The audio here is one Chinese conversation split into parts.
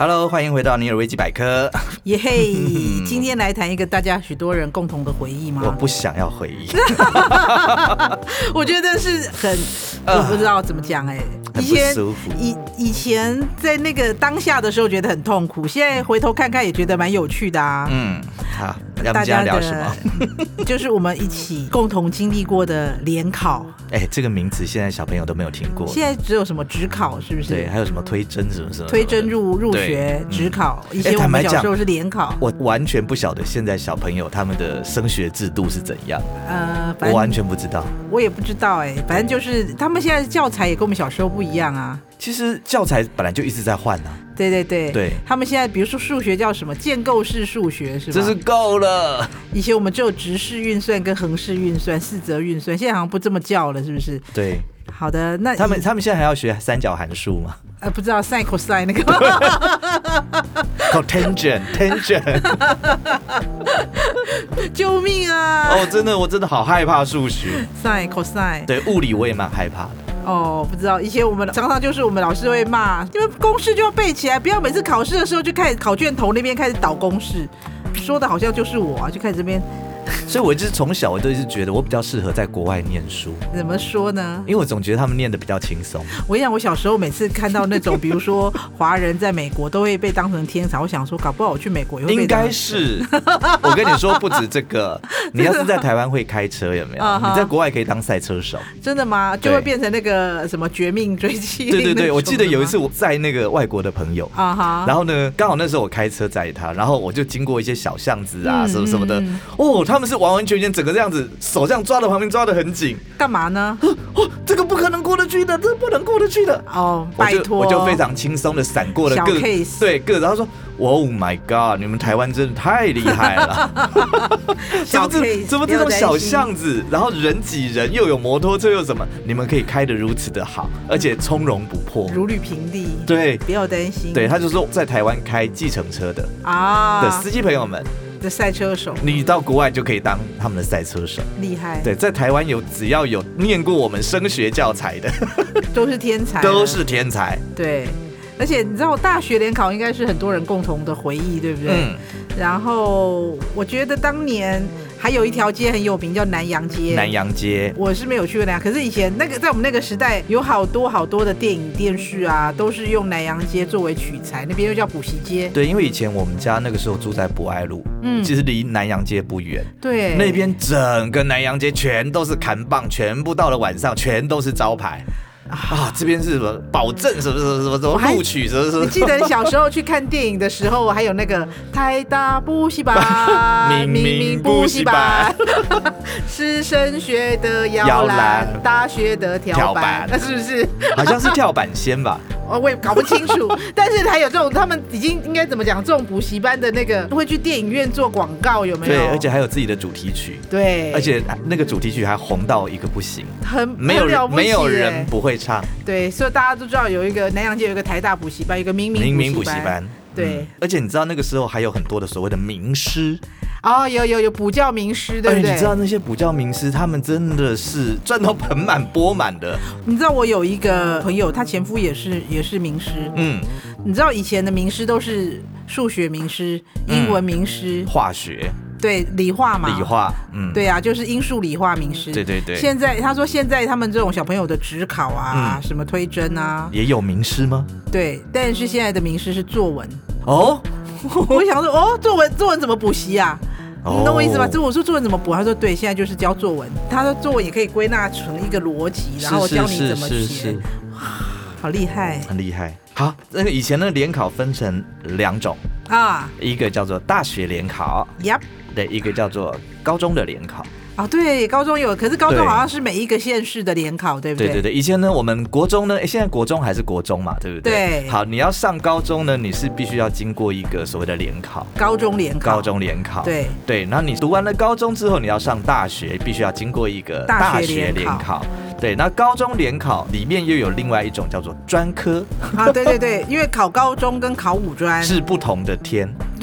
Hello， 欢迎回到尼尔维基百科。 耶嘿，今天来谈一个大家许多人共同的回忆吗？ 我不想要回忆。 我觉得是很，我不知道怎么讲很不舒服。 以前在那个当下的时候觉得很痛苦，现在回头看看也觉得蛮有趣的啊。 好，要不今天聊什么？ 就是我们一起共同经历过的联考。 这个名词现在小朋友都没有听过。 现在只有什么指考，是不是？ 对，还有什么推甄什么什么？ 推甄入学指考。以前我们小时候是联考。 我完全不晓得现在小朋友他们的升学制度是怎样。我完全不知道。 我也不知道反正就是他们现在教材也跟我们小时候不一样啊。 其实教材本来就一直在换啊。 对，他们现在比如说数学叫什么建构式数学是吧？ 这是够了。 以前我们只有直式运算跟横式运算、四则运算，现在好像不这么叫了，是不是？ 对。 好的，那他们现在还要学三角函数吗？ 不知道 sin cosine 那个。 tangent 救命啊！ 真的，我真的好害怕数学。 sin cosine 对，物理我也蛮害怕的。 不知道，以前我们常常就是我们老师会骂，因为公式就要背起来，不要每次考试的时候就开始考卷头那边开始导公式，说的好像就是我啊，就开始这边。 所以我就是从小我都一直觉得我比较适合在国外念书。 怎么说呢？ 因为我总觉得他们念得比较轻松。 我想我小时候每次看到那种比如说华人在美国都会被当成天才，我想说搞不好我去美国也会被应该是。我跟你说不止这个，你要是在台湾会开车有没有？你在国外可以当赛车手。真的吗？就会变成那个什么绝命追击。 对，我记得有一次我载那个外国的朋友，然后呢刚好那时候我开车载他，然后我就经过一些小巷子啊什么什么的。他们是完完全全整个这样子手这样抓到旁边抓得很紧。干嘛呢？这个不可能过得去的，这不能过得去的。拜托，我就非常轻松的闪过了小 case。 对，然后说 Oh my god， 你们台湾真的太厉害了。怎么这种小巷子，然后人挤人，又有摩托车又什么，你们可以开得如此的好，而且从容不迫， 如履平地。对，不要担心。 对，他就说在台湾开计程车的司机朋友们的赛车手， 你到国外就可以当他们的赛车手，厉害。对，在台湾只要有念过我们升学教材的， 都是天才， 都是天才。对。 而且你知道大学联考应该是很多人共同的回忆，对不对？然后我觉得当年还有一条街很有名，叫南洋街。南洋街，我是没有去过南洋，可是以前那个在我们那个时代，有好多的电影电视啊，都是用南洋街作为取材，那边又叫补习街。对，因为以前我们家那个时候住在博爱路，其实离南洋街不远。对，那边整个南洋街全都是看棒，全部到了晚上全都是招牌。这边是什么保证什么录取什么？你记得你小时候去看电影的时候，还有那个台大补习班，明补习班，是升学的摇篮，大学的跳板，那是不是？好像是跳板先吧。我也搞不清楚，但是还有这种，他们已经应该怎么讲？这种补习班的那个会去电影院做广告，有没有？对，而且还有自己的主题曲。对，而且那个主题曲还红到一个不行，没有人不会唱。对，所以大家都知道有一个南洋街有一个台大补习班，有一个明补习班。对，而且你知道那个时候还有很多的所谓的名师。有补教名师，对不对？你知道那些补教名师，他们真的是赚到盆满钵满的。你知道我有一个朋友，他前夫也是名师。你知道以前的名师都是数学名师、英文名师、化学。对，理化嘛，理化，对啊，就是英数理化名师。对。现在他说，现在他们这种小朋友的指考啊，什么推甄啊，也有名师吗？对，但是现在的名师是作文。我想说，作文怎么补习啊？你懂我意思吧？我说作文怎么补？他说对，现在就是教作文。他说作文也可以归纳成一个逻辑，然后教你怎么写。好厉害，很厉害。好，那个以前的联考分成2种一个叫做大学联考，对，一个叫做高中的联考。对，高中有，可是高中好像是每一个县市的联考，对不对？对。以前呢，我们国中呢，现在国中还是国中嘛，对不对？对。好，你要上高中呢，你是必须要经过一个所谓的联考，高中联考。对。然后你读完了高中之后，你要上大学，必须要经过一个大学联考。对，那高中联考里面又有另外一种叫做专科。对，因为考高中跟考五专是不同的天。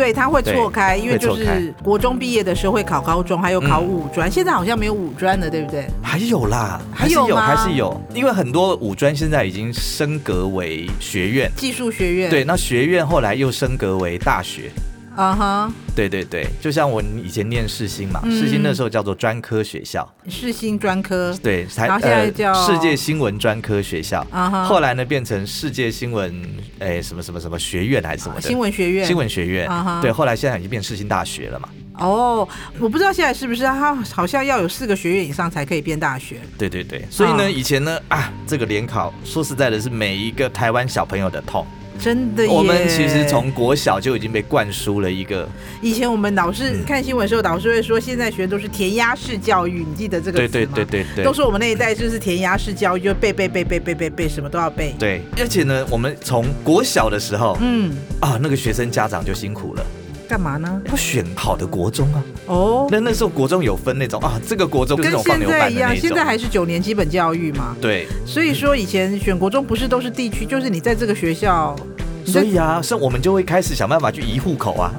对，它会错开，因为就是国中毕业的时候会考高中，还有考五专，现在好像没有五专了，对不对？ 还有啦，还是有，因为很多五专现在已经升格为学院， 技术学院。 对，那学院后来又升格为大学。对对对，就像我以前念世新嘛，世新那时候叫做专科学校， 世新专科， 对， 然后现在叫世界新闻专科学校，后来呢变成世界新闻什么什么什么学院还是什么的， 新闻学院， 对，后来现在已经变世新大学了嘛。 哦，我不知道现在是不是它好像要有4个学院以上才可以变大学。 对对对，所以呢，以前呢这个联考说实在的是每一个台湾小朋友的痛。 真的耶， 我们其实从国小就已经被灌输了一个。以前我们老师看新闻的时候，老师会说现在学的都是填鸭式教育，你记得这个词吗？对，都说我们那一代就是填鸭式教育，就背，什么都要背。 对，而且呢，我们从国小的时候，那个学生家长就辛苦了。 干嘛呢？ 要选好的国中啊！那时候国中有分那种这个国中是那种放牛班的那种，跟现在还是9年基本教育嘛。 对， 所以说以前选国中不是都是地区，就是你在这个学校。 所以像我们就会开始想办法去移户口啊。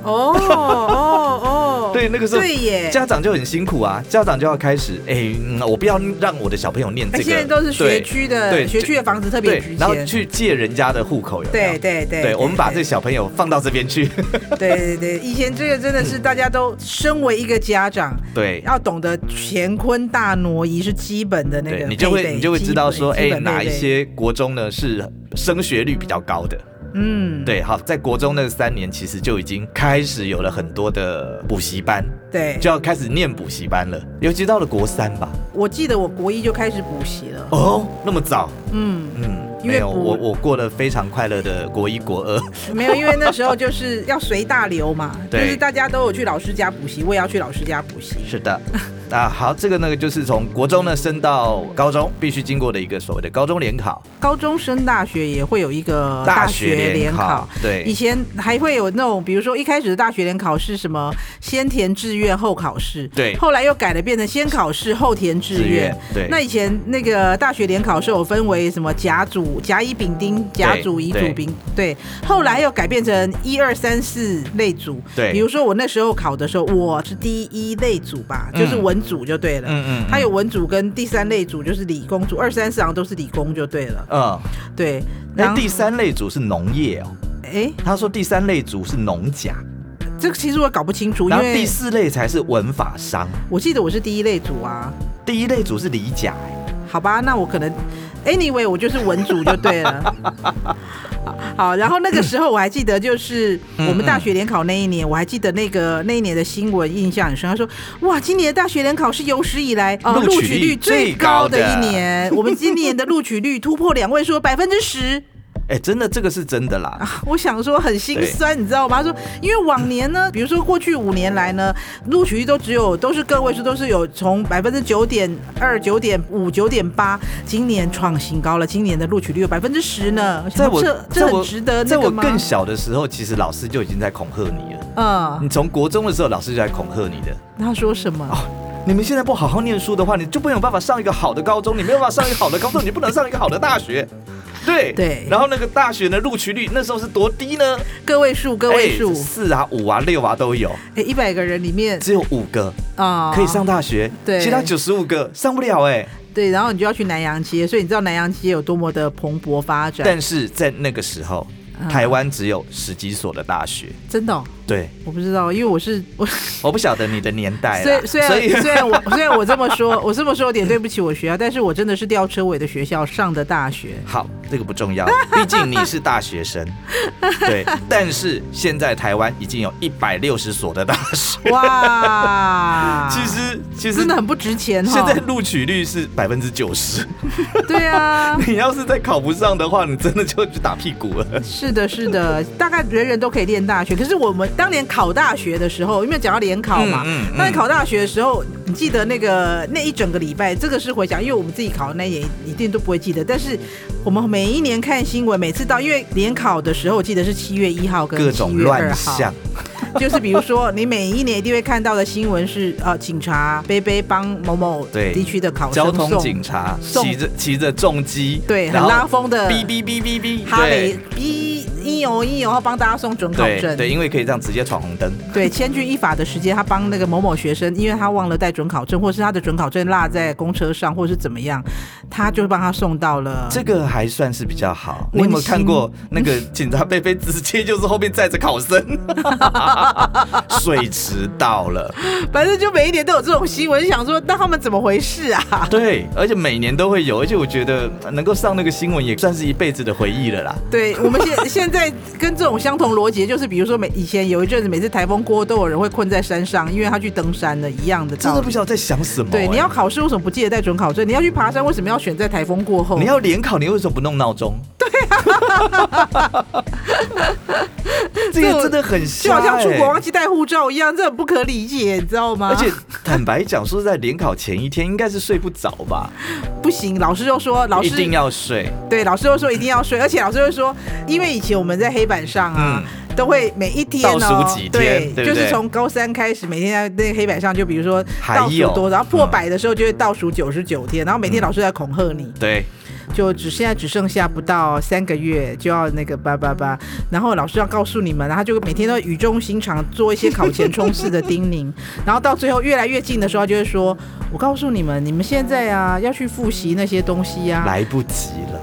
对，那个时候对耶，家长就很辛苦啊，家长就要开始我不要让我的小朋友念这个。 现在都是学区的，学区的房子特别值钱， 然后去借人家的户口有没有？对，我们把这个小朋友放到这边去。 对，以前这个真的是大家都身为一个家长， 对， 要懂得乾坤大挪移是基本的那个， 你就会知道说，哪一些国中呢是升学率比较高的。对，好，在国中那3年其实就已经开始有了很多的补习班， 对， 就要开始念补习班了，尤其到了国3吧。 我记得我国1就开始补习了。 那么早？没有，我过了非常快乐的国1、国2。 没有，因为那时候就是要随大流嘛，就是大家都有去老师家补习，我也要去老师家补习。 是的。好，这个那个就是从国中呢升到高中必须经过的一个所谓的高中联考。 高中升大学也会有一个大学联考。 对， 以前还会有那种，比如说一开始的大学联考是什么先填志愿后考试， 对， 后来又改了变成先考试后填志愿。 对， 那以前那个大学联考是有分为什么甲组、甲乙丙丁、甲组、乙组、丙，对，后来又改变成1、2、3、4类组。 对， 比如说我那时候考的时候，我是第1类组吧，就是文组就对了。它有文组跟第3类组就是理工组，2、3、4好像都是理工就对了。对。 第3类组是农业他说第3类组是农甲， 这个其实我搞不清楚，因为第4类才是文法商。 我记得我是第1类组啊， 第1类组是理甲。 好吧，那我可能 anyway 我就是文组就对了。好，然后那个时候我还记得，就是我们大学联考那一年，我还记得那一年的新闻印象很深。他说，哇，今年的大学联考是有史以来录取率最高的一年，我们今年的录取率突破2位数10%。 真的，这个是真的啦。 我想说很心酸，你知道吗？他说，因为往年呢，比如说过去5年来呢，录取率都是个位数，都是有从9.2、9.5、9.8，今年创新高了，今年的录取率有10%呢。这很值得那个吗？ 在我更小的时候，其实老师就已经在恐吓你了。你从国中的时候，老师就在恐吓你的。 他说什么？ 你们现在不好好念书的话，你就没有办法上一个好的高中，你没有办法上一个好的高中，你就不能上一个好的大学。对，然后那个大学的录取率那时候是多低呢？个位数，4啊、5啊、6啊都有。 100个人里面只有5个可以上大学，对，其他95个上不了。 对，然后你就要去南洋街，所以你知道南洋街有多么的蓬勃发展。 但是在那个时候，台湾只有10几所的大学。 真的？ 对， 我不知道，因为我不晓得你的年代。 虽然我这么说，有点对不起我学校，但是我真的是吊车尾的学校上的大学。 好，这个不重要，毕竟你是大学生。对，但是现在台湾已经有160所的大学。哇，其实真的很不值钱。 现在录取率是90%。 对啊， 你要是再考不上的话，你真的就去打屁股了。 是的，大概人人都可以念大学，可是我们当年考大学的时候，因为讲到联考嘛，当年考大学的时候，你记得那一整个礼拜，这个是回想，因为我们自己考的那也一定都不会记得，但是我们每一年看新闻，每次到因为联考的时候，我记得是7月1号跟7月2号，各种乱象。就是比如说，你每一年一定会看到的新闻是，警察背帮某某地区的考生交通警察骑着重机， 对，很拉风的哔， 哈雷哔。 应有，然后帮大家送准考证。 对，因为可以这样直接闯红灯。 对，千钧一发的时间，他帮那个某某学生，因为他忘了带准考证，或是他的准考证落在公车上，或是怎么样，他就帮他送到了。 这个还算是比较好。你有没有看过那个警察贝贝直接就是后面载着考生，睡迟到了？ 反正就每一年都有这种新闻，想说那他们怎么回事啊？ 对，而且每年都会有，而且我觉得能够上那个新闻也算是一辈子的回忆了啦。 对，我们现在跟这种相同逻辑，就是比如说以前有一阵子每次台风过都有人会困在山上，因为他去登山了一样的。 真的不知道在想什么。 对，你要考试为什么不记得带准考证？你要去爬山为什么要选在台风过后？ 你要联考你为什么不弄闹钟？ 对啊， 这个真的很像， 就好像出国忘记带护照一样，这很不可理解，你知道吗？ 而且坦白讲，说在联考前一天应该是睡不着吧？ 不行，老师就说一定要睡。 对，老师就说一定要睡，而且老师就说，因为以前我们在黑板上啊。都会每一天倒数几天，对， 就是从高3开始，每天在那个黑板上，就比如说倒数多，然后破100的时候就会倒数99天，然后每天老师在恐吓你， 对， 就现在只剩下不到3个月就要那个888，然后老师要告诉你们，然后就每天都语重心长做一些考前冲刺的叮咛，然后到最后越来越近的时候，就会说，我告诉你们，你们现在啊要去复习那些东西啊， 来不及了，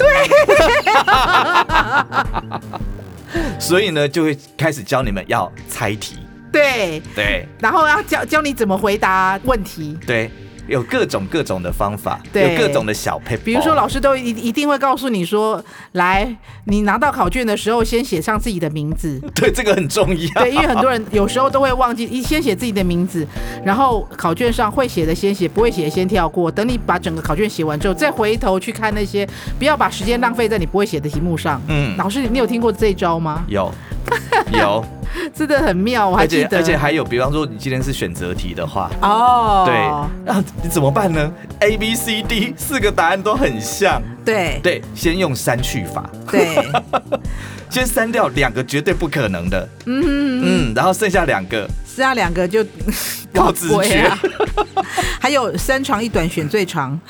对。 所以呢，就会开始教你们要猜题， 对，然后要教你怎么回答问题， 对，有各种的方法，有各种的小撇步。 比如说，老师都一定会告诉你说，来，你拿到考卷的时候，先写上自己的名字。 对，这个很重要。 对，因为很多人有时候都会忘记，先写自己的名字，然后考卷上会写的先写，不会写的先跳过。等你把整个考卷写完之后，再回头去看那些，不要把时间浪费在你不会写的题目上。老师，你有听过这一招吗？ 有。 真的很妙，我还记得。 而且还有，比方说你今天是选择题的话，对，你怎么办呢 ？A B C D 4个答案都很像，对，先用删去法， 对， 先删掉2个绝对不可能的，然后剩下2个就靠自觉。 还有3长1短选最长，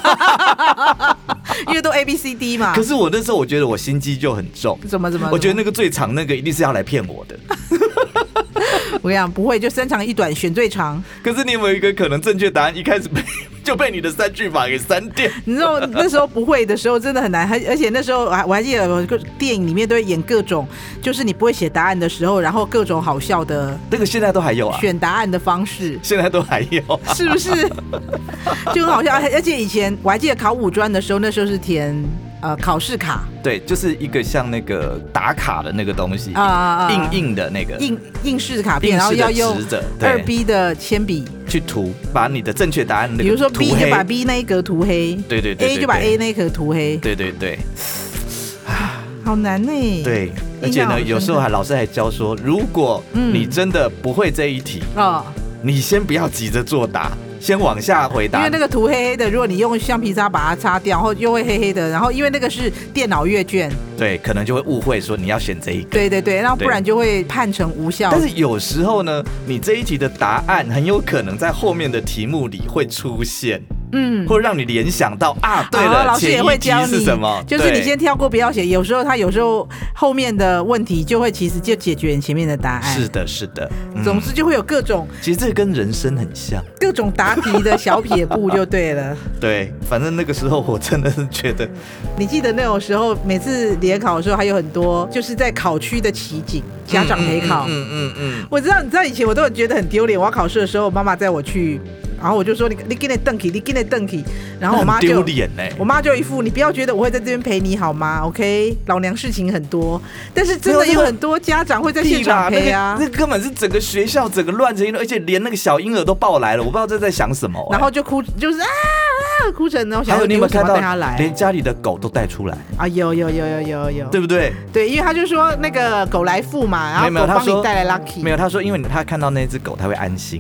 因为都 ABCD 嘛。 可是我那时候我觉得我心机就很重， 怎么？ 我觉得那个最长那个一定是要来骗我的。 我跟你讲，不会，就3长1短选最长。 可是你有没有一个可能正确答案一开始就被你的删去法给删掉？ 你知道那时候不会的时候真的很难，而且那时候我还记得有个电影里面都会演各种，就是你不会写答案的时候，然后各种好笑的。 那个现在都还有啊， 选答案的方式现在都还有， 是不是？就很好笑，而且以前我还记得考5专的时候，那时候是填考试卡， 对，就是一个像那个打卡的那个东西硬的那个硬式卡片，然后要用2B 的铅笔去涂，把你的正确答案那个， 比如说 B 就把 B 那一格涂黑， 对 ，A 就把 A 那一格涂黑， 对， 好难呢。 对，而且呢，有时候老师还教说，如果你真的不会这一题你先不要急着作答。先往下回答， 因为那个涂黑黑的，如果你用橡皮擦把它擦掉，然后又会黑黑的，然后因为那个是电脑阅卷， 对，可能就会误会说你要选这一个， 对，然后不然就会判成无效。 但是有时候呢，你这一题的答案很有可能在后面的题目里会出现，会让你联想到对了， 老师也会教你是什么， 就是你先跳过不要写，有时候后面的问题就会其实就解决你前面的答案。 是的， 总之就会有各种， 其实这跟人生很像， 各种答题的小撇步就对了。 对，反正那个时候我真的是觉得， 你记得那种时候，每次联考的时候还有很多就是在考区的奇景，家长陪考。我知道，你知道以前我都很觉得很丢脸，我要考试的时候，妈妈载我去。然后我就说你给你瞪起，你给你瞪起，然后我妈就丢脸呢。 我妈就一副你不要觉得我会在这边陪你好吗 ？OK， 老娘事情很多，但是真的有很多家长会在现场陪啊。 那根本是整个学校整个乱成一团，而且连那个小婴儿都抱来了，我不知道这在想什么。 然后就哭，就是哭成然后还有你有没有看到带他来， 连家里的狗都带出来啊？ 有， 对不对？ 对，因为他就说那个狗来富嘛，然后狗帮你带来 lucky。 没有，他说因为他看到那只狗他会安心。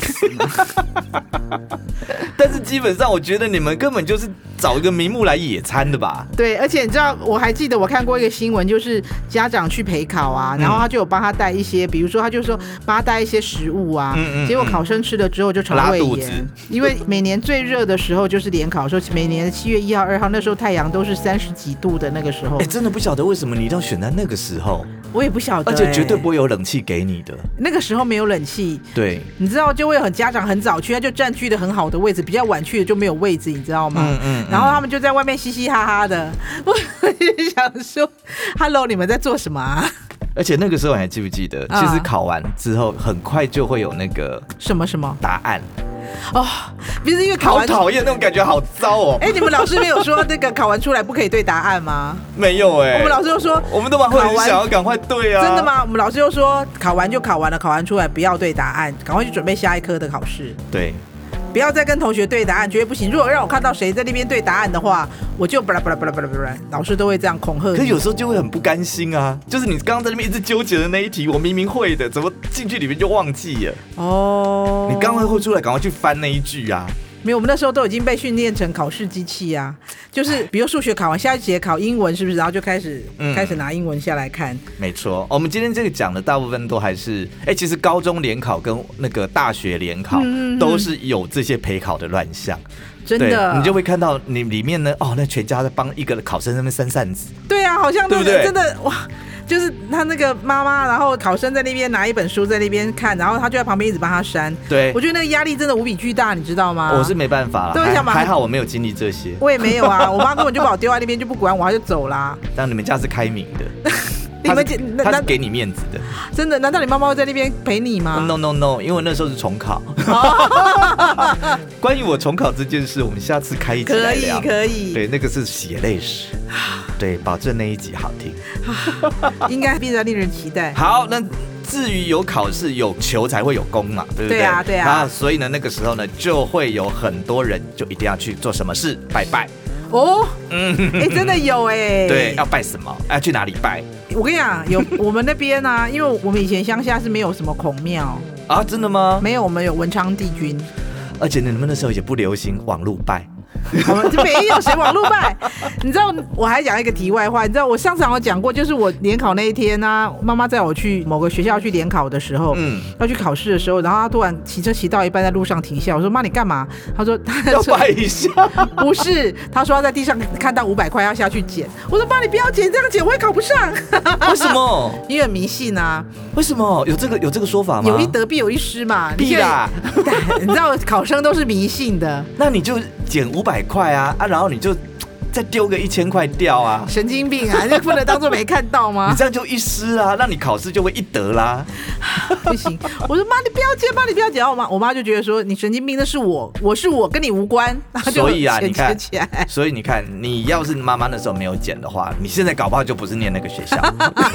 但是基本上我觉得你们根本就是找一个名目来野餐的吧？ 对，而且你知道我还记得我看过一个新闻，就是家长去陪考啊，然后他就有帮他带一些，比如说他就说帮他带一些食物啊，结果考生吃了之后就肠胃炎，因为每年最热的时候就就是联考的时候，每年的7月1号、2号，那时候太阳都是30几度的那个时候。 真的不晓得为什么你一定要选在那个时候。 我也不晓得， 而且绝对不会有冷气给你的。 那个时候没有冷气， 对， 你知道就会有家长很早去，他就占据的很好的位置，比较晚去的就没有位置，你知道吗？然后他们就在外面嘻嘻哈哈的，我就想说 ，Hello， 你们在做什么啊？ 而且那个时候你还记不记得，其实考完之后很快就会有那个什么答案。 哦，不是因为考完， 好讨厌那种感觉，好糟哦。 你们老师没有说那个考完出来不可以对答案吗？ 没有我们老师就说， 我们都蛮会想要赶快对啊。 真的吗？我们老师就说，考完就考完了，考完出来不要对答案，赶快去准备下一科的考试。 对。 不要再跟同学对答案，绝对不行。如果让我看到谁在那边对答案的话，我就巴拉巴拉巴拉巴拉巴拉，老师都会这样恐吓你。 可有时候就会很不甘心啊，就是你刚刚在那边一直纠结的那一题，我明明会的，怎么进去里面就忘记了？哦，你刚刚会出来，赶快去翻那一句啊。 没有，我们那时候都已经被训练成考试机器啊，就是比如数学考完，下一节考英文是不是？然后就开始拿英文下来看。 没错，我们今天这个讲的大部分都还是，其实高中联考跟那个大学联考都是有这些陪考的乱象。 真的， 你就会看到你里面呢，那全家在帮一个考生在那边扇扇子。 对啊，好像对不对？ 真的哇。就是他那个妈妈，然后考生在那边拿一本书在那边看，然后他就在旁边一直帮他删。 对， 我觉得那个压力真的无比巨大，你知道吗？ 我是没办法了，还好我没有经历这些。 我也没有啊，我妈根本就把我丢在那边就不管我，她就走啦。 但你们家是开明的。他是给你面子的， 真的？难道你妈妈会在那边陪你吗 ？No， 因为那时候是重考。关于我重考这件事，我们下次开一集来聊。 可以。 对，那个是血泪史。对，保证那一集好听。 应该必然令人期待。 好，那至于有考试有求才会有功嘛，对不对？ 对啊。 所以呢，那个时候呢，就会有很多人就一定要去做什么事，拜拜。 哦，真的有对，要拜什么？要去哪里拜？ 我跟你讲，有我们那边啊，因为我们以前乡下是没有什么孔庙啊，真的吗？ 没有，我们有文昌帝君， 而且你们那时候也不流行网路拜。 我们没有谁网路拜，你知道？我还讲一个题外话，你知道我上次有讲过，就是我联考那一天啊，妈妈载我去某个学校去联考的时候，要去考试的时候，然后她突然骑车骑到一半，在路上停下，我说妈你干嘛？她说要拜一下， 不是，她说她在地上看到500块要下去捡，我说妈你不要捡，这样捡我也考不上。 为什么？ 因为很迷信啊。 为什么有这个说法吗？ 有一得必有一失嘛。 必啦， 你知道考生都是迷信的， 那你就捡500块啊，然后你就再丢个1000块掉啊！ 神经病啊！你不能当作没看到吗？ 你这样就一失啊，那你考试就会一得啦。 不行，我说妈，你不要捡，妈你不要捡。然后我妈就觉得说你神经病，那是我是我，跟你无关。 所以啊，你看，所以你看，你要是妈妈那时候没有捡的话，你现在搞不好就不是念那个学校。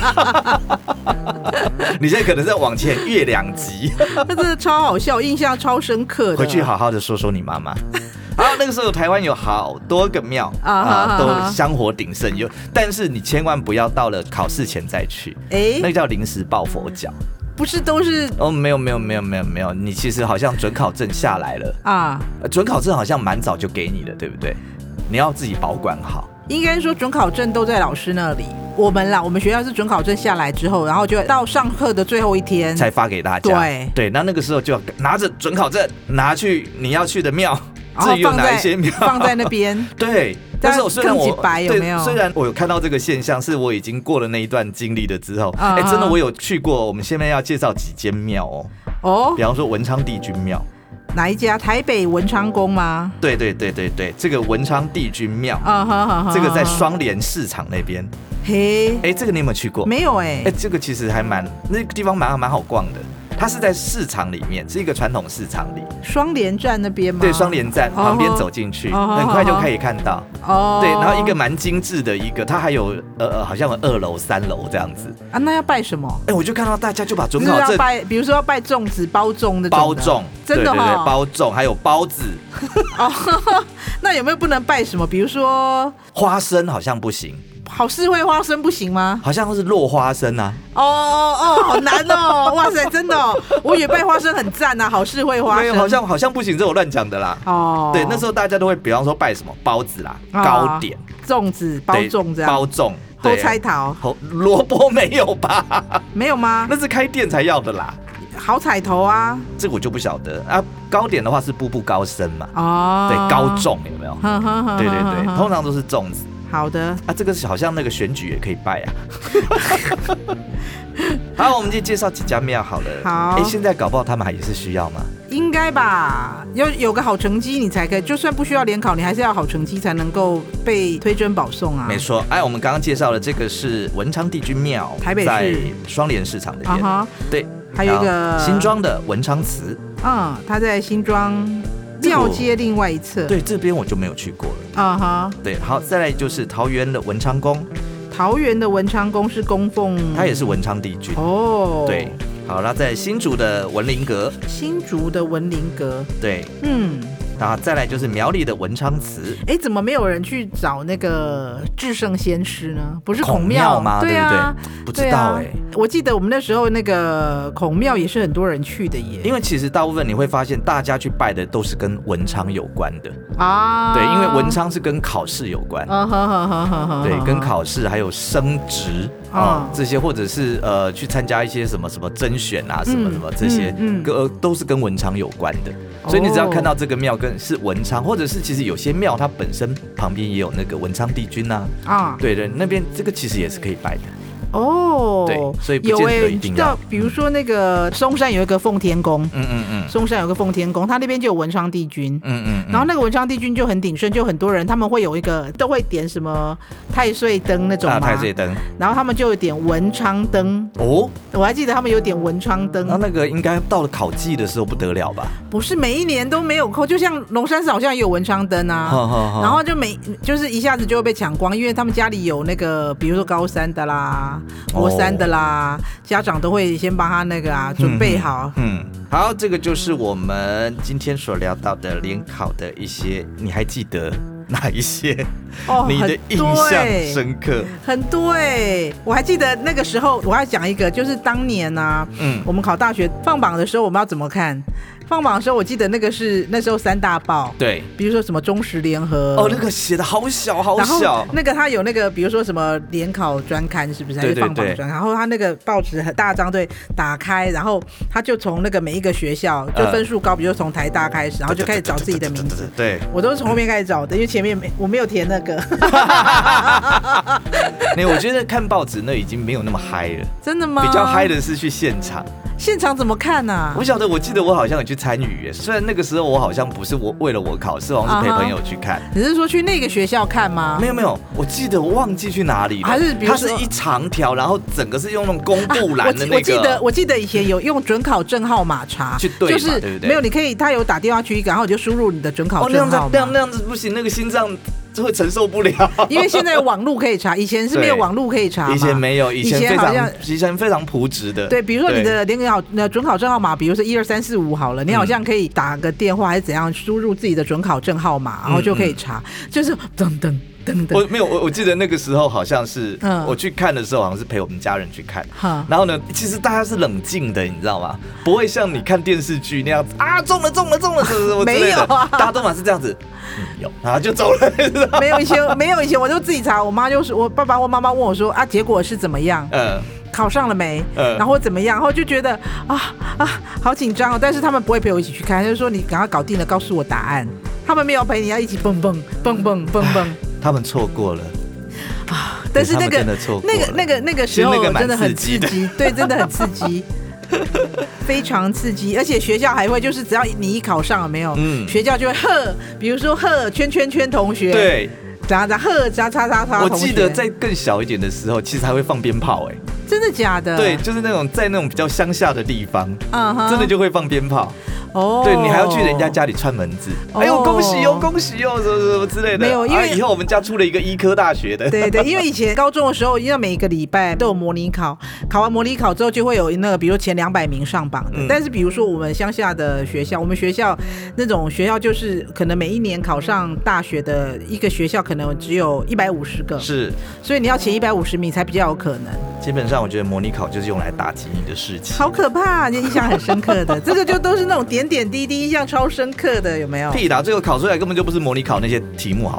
你现在可能在往前越2级。 那真的超好笑，印象超深刻的。 回去好好的说说你妈妈。好，那个时候台湾有好多个庙都香火鼎盛，但是你千万不要到了考试前再去，那个叫临时抱佛脚。 不是都是没有，你其实好像准考证下来了啊，准考证好像蛮早就给你了，对不对？你要自己保管好。 应该说准考证都在老师那里。我们学校是准考证下来之后，然后就到上课的最后一天才发给大家。对，那个时候就要拿着准考证拿去你要去的庙。至于有哪一些庙放在那边， 对，但是虽然有虽然我有看到这个现象，是我已经过了那一段经历了之后，真的我有去过。我们下面要介绍几间庙哦，比方说文昌帝君庙， 哪一家？台北文昌宫吗？ 对，这个文昌帝君庙，这个在双连市场那边。这个你有没有去过？ 没有这个其实还那个地方蛮好逛的。它是在市场里面，是一个传统市场里。 双连站那边吗？ 对，双连站旁边走进去，很快就可以看到。对，然后一个蛮精致的一个，它还有好像有2楼、3楼这样子。 啊，那要拜什么？ 我就看到大家就把准考证拜，比如说要拜粽子、包粽的。 包粽， 真的对，包粽还有包子。 那有没有不能拜什么？比如说花生好像不行。 好事会花生不行吗？ 好像是落花生啊。 好难哦！哇塞，真的我以为拜花生很赞啊，好事会花生。 没有，好像不行，这我乱讲的啦。对，那时候大家都会，比方说拜什么包子啦、糕点、 粽子、包粽这样。 包粽、 后菜桃、 萝卜没有吧？ 没有吗？ 那是开店才要的啦。 好彩头啊， 这个我就不晓得啊。糕点的话是步步高升嘛，对，高粽有没有？对对对，通常都是粽子。 好的啊，这个好像那个选举也可以拜啊。好，我们就介绍几家庙好了。 好， 现在搞不好他们还也是需要吗？ 应该吧，要有个好成绩你才可以，就算不需要联考，你还是要好成绩才能够被推甄保送啊。 没错，我们刚刚介绍的这个是文昌帝君庙， 台北市在双连市场那边。对， 还有一个新庄的文昌祠， 它在新庄庙街另外一侧。 对，这边我就没有去过了。对，好，再来就是桃园的文昌宫。 桃园的文昌宫是供奉， 它也是文昌帝君。对。好，那在新竹的文林阁，对，然后再来就是苗栗的文昌祠。 怎么没有人去找那个至圣先师呢？不是孔庙吗？对啊，不知道我记得我们那时候那个孔庙也是很多人去的耶。 因为其实大部分你会发现，大家去拜的都是跟文昌有关的啊。对，因为文昌是跟考试有关。对，跟考试还有升职这些，或者是去参加一些什么什么甄选啊，什么什么这些，都是跟文昌有关的。所以你只要看到这个庙是文昌，或者是其实有些庙它本身旁边也有那个文昌帝君啊。对对，那边这个其实也是可以拜的。对，所以不见得一定要。 比如说那个松山有一个奉天宫，松山有个奉天宫，它那边就有文昌帝君，然后那个文昌帝君就很鼎盛，就很多人他们会有一个都会点什么太岁灯那种嘛， 太岁灯， 然后他们就有点文昌灯哦，我还记得他们有点文昌灯， 那个应该到了考季的时候不得了吧？ 不是每一年都没有扣，就像龙山寺好像也有文昌灯啊，然后就是一下子就会被抢光，因为他们家里有那个比如说高三的啦。国三的啦，家长都会先帮他那个准备好。 好，这个就是我们今天所聊到的联考的一些，你还记得哪一些？你的印象深刻？ 很多我还记得那个时候，我要讲一个，就是当年我们考大学放榜的时候，我们要怎么看？放榜的时候，我记得那时候三大报， 对， 比如说什么中时联合， 那个写的好小好小， 那个他有那个比如说什么联考专刊，是不是？还是放榜专刊？然后他那个报纸很大张，对，打开，然后他就从那个每一个学校，就分数高，比如从台大开始，然后就开始找自己的名字。 对， 我都是从后面开始找的，因为前面我没有填那个。 我觉得看报纸那已经没有那么嗨了。 真的吗？ 比较嗨的是去现场。 现场怎么看啊？ 我晓得，我记得我好像有去参与，虽然那个时候我好像不是为了我考试，好像是陪朋友去看。 你是说去那个学校看吗？ 没有，我记得我忘记去哪里了。 还是比如说它是一长条，然后整个是用那种公布栏的那个。 我记得以前有用准考证号码查， 去对嘛，就是对不对？ 没有，你可以，他有打电话去一个，然后你就输入你的准考证号码。 那样子不行，那个心脏就会承受不了。 因为现在有网路可以查，以前是没有网路可以查嘛。 以前没有，以前非常朴质的。 对，比如说你的准考证号码，比如说12345好了，你好像可以打个电话还是怎样，输入自己的准考证号码，然后就可以查，就是噔噔。 我记得那个时候好像是我去看的时候，好像是陪我们家人去看。然后呢，其实大家是冷静的，你知道吗？不会像你看电视剧那样子中了， 没有啊， 大家都嘛是这样子，有，然后就走了。 没有以前我就自己查，我妈就是我爸爸或妈妈问我说结果是怎么样？考上了没？然后怎么样？然后就觉得好紧张哦。但是他们不会陪我一起去看，就是说你赶快搞定了，告诉我答案。他们没有陪你，要一起蹦蹦。 他们错过了但是那个时候真的很刺激，对，真的很刺激，非常刺激。而且学校还会就是只要你一考上了没有，学校就会贺，比如说贺圈同学， 对， 贺叉同学。 我记得在更小一点的时候，其实还会放鞭炮真的假的？ 对，就是在那种比较乡下的地方，真的就会放鞭炮。对，你还要去人家家里串门子，恭喜哦，什么之类的。没有，因为以后我们家出了一个医科大学的。 对，因为以前高中的时候，因为每一个礼拜都有模拟考，考完模拟考之后就会有那个，比如前200名上榜的。但是比如说我们乡下的学校，我们学校那种学校就是可能每一年考上大学的一个学校可能只有150个， 是， 所以你要前150名才比较有可能。 基本上我觉得模拟考就是用来打击你的事情， 好可怕，印象很深刻的。这个就都是那种点滴滴印象超深刻的，有没有？ 屁啦，这个考出来根本就不是模拟考那些题目，好不好？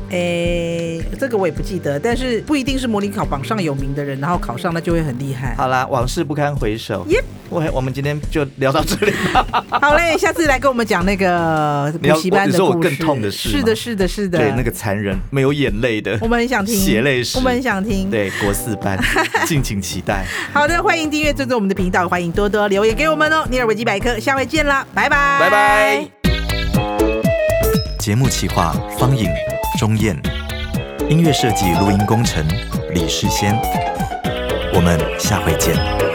这个我也不记得，但是不一定是模拟考榜上有名的人，然后考上那就会很厉害。 好啦，往事不堪回首。我们今天就聊到这里。 好嘞，下次来跟我们讲那个补习班的故事。你说我更痛的事吗？ 是的。 对，那个残忍没有眼泪的， 我们很想听血泪史， 我们很想听。 对，国4班，敬请期待。 好的，欢迎订阅追踪我们的频道，欢迎多多留言给我们哦。尼尔维基百科，下回见啦，拜拜， 拜拜。节目企划方颖、钟燕，音乐设计、录音工程李世先。我们下回见。